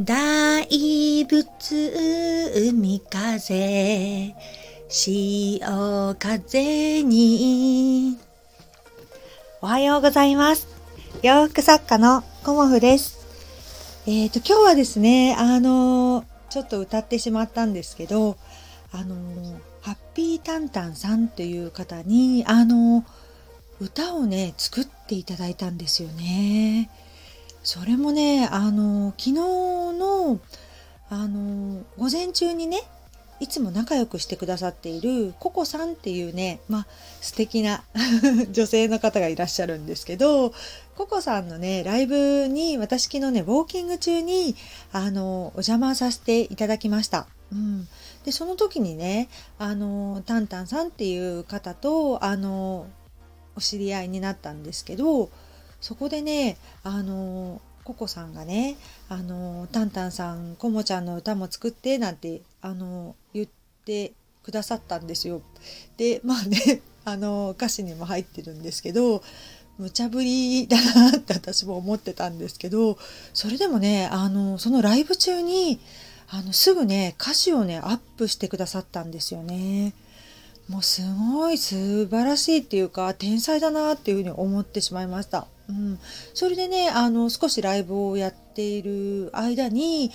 大仏海風潮風に。おはようございます。洋服作家のコモフです。今日はですねちょっと歌ってしまったんですけどハッピータンタンさんという方に歌をね作っていただいたんですよね。それもね昨日の午前中にねいつも仲良くしてくださっているココさんっていうね素敵な女性の方がいらっしゃるんですけど、ココさんのねライブに私昨日ねウォーキング中にお邪魔させていただきました。でその時にねタンタンさんっていう方とお知り合いになったんですけど、そこでねココさんがねタンタンさんコモちゃんの歌も作ってなんて言ってくださったんですよ。で歌詞にも入ってるんですけど無茶ぶりだなって私も思ってたんですけど、それでもねそのライブ中にすぐね歌詞をねアップしてくださったんですよね。もうすごい素晴らしいっていうか天才だなっていうふうに思ってしまいました。それでね少しライブをやっている間に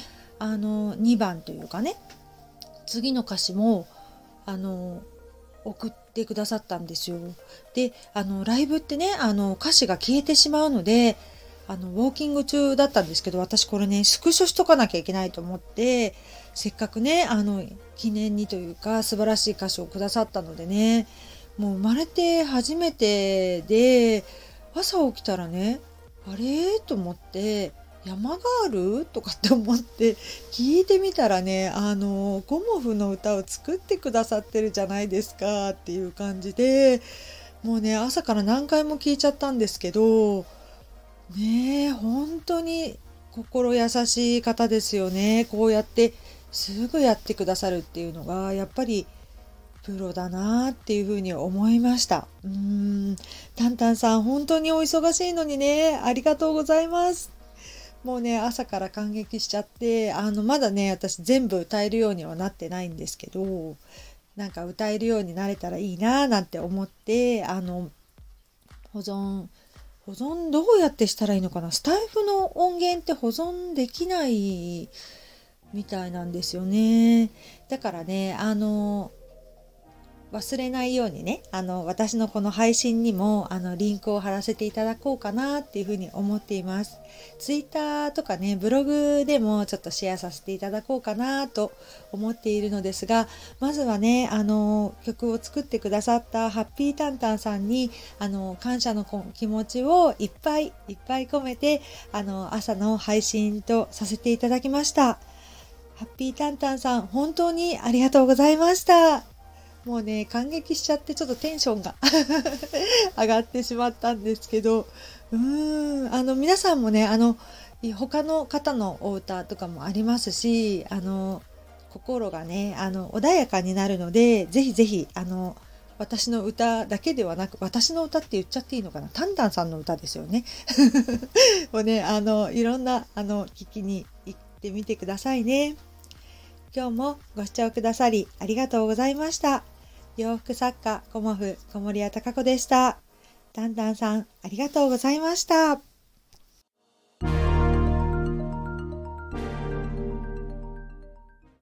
2番というかね次の歌詞も送ってくださったんですよ。でライブってね歌詞が消えてしまうのでウォーキング中だったんですけど、私これねスクショしとかなきゃいけないと思ってせっかくね記念にというか素晴らしい歌詞をくださったのでね、もう生まれて初めてで朝起きたらねあれと思って山ガールとかって思って聞いてみたらねゴモフの歌を作ってくださってるじゃないですかっていう感じで、もうね朝から何回も聞いちゃったんですけどね、本当に心優しい方ですよね。こうやってすぐやってくださるっていうのがやっぱりプロだなっていうふうに思いました。タンタンさん本当にお忙しいのにねありがとうございます。もうね朝から感激しちゃってまだね私全部歌えるようにはなってないんですけど、なんか歌えるようになれたらいいななんて思って保存どうやってしたらいいのかな。スタイフの音源って保存できないみたいなんですよね。だからね忘れないようにね私のこの配信にもリンクを貼らせていただこうかなっていうふうに思っています。ツイッターとかねブログでもちょっとシェアさせていただこうかなと思っているのですが、まずはね曲を作ってくださったハッピータンタンさんに感謝の気持ちをいっぱいいっぱい込めて朝の配信とさせていただきました。ハッピータンタンさん本当にありがとうございました。もうね感激しちゃってちょっとテンションが上がってしまったんですけど、皆さんもね他の方のお歌とかもありますし心がね穏やかになるので、ぜひぜひ私の歌だけではなく、私の歌って言っちゃっていいのかな、タンタンさんの歌ですよねをねいろんな聞きに行ってみてくださいね。今日もご視聴くださりありがとうございました。洋服作家コモフ小森屋隆子でした。タンタンさんありがとうございました。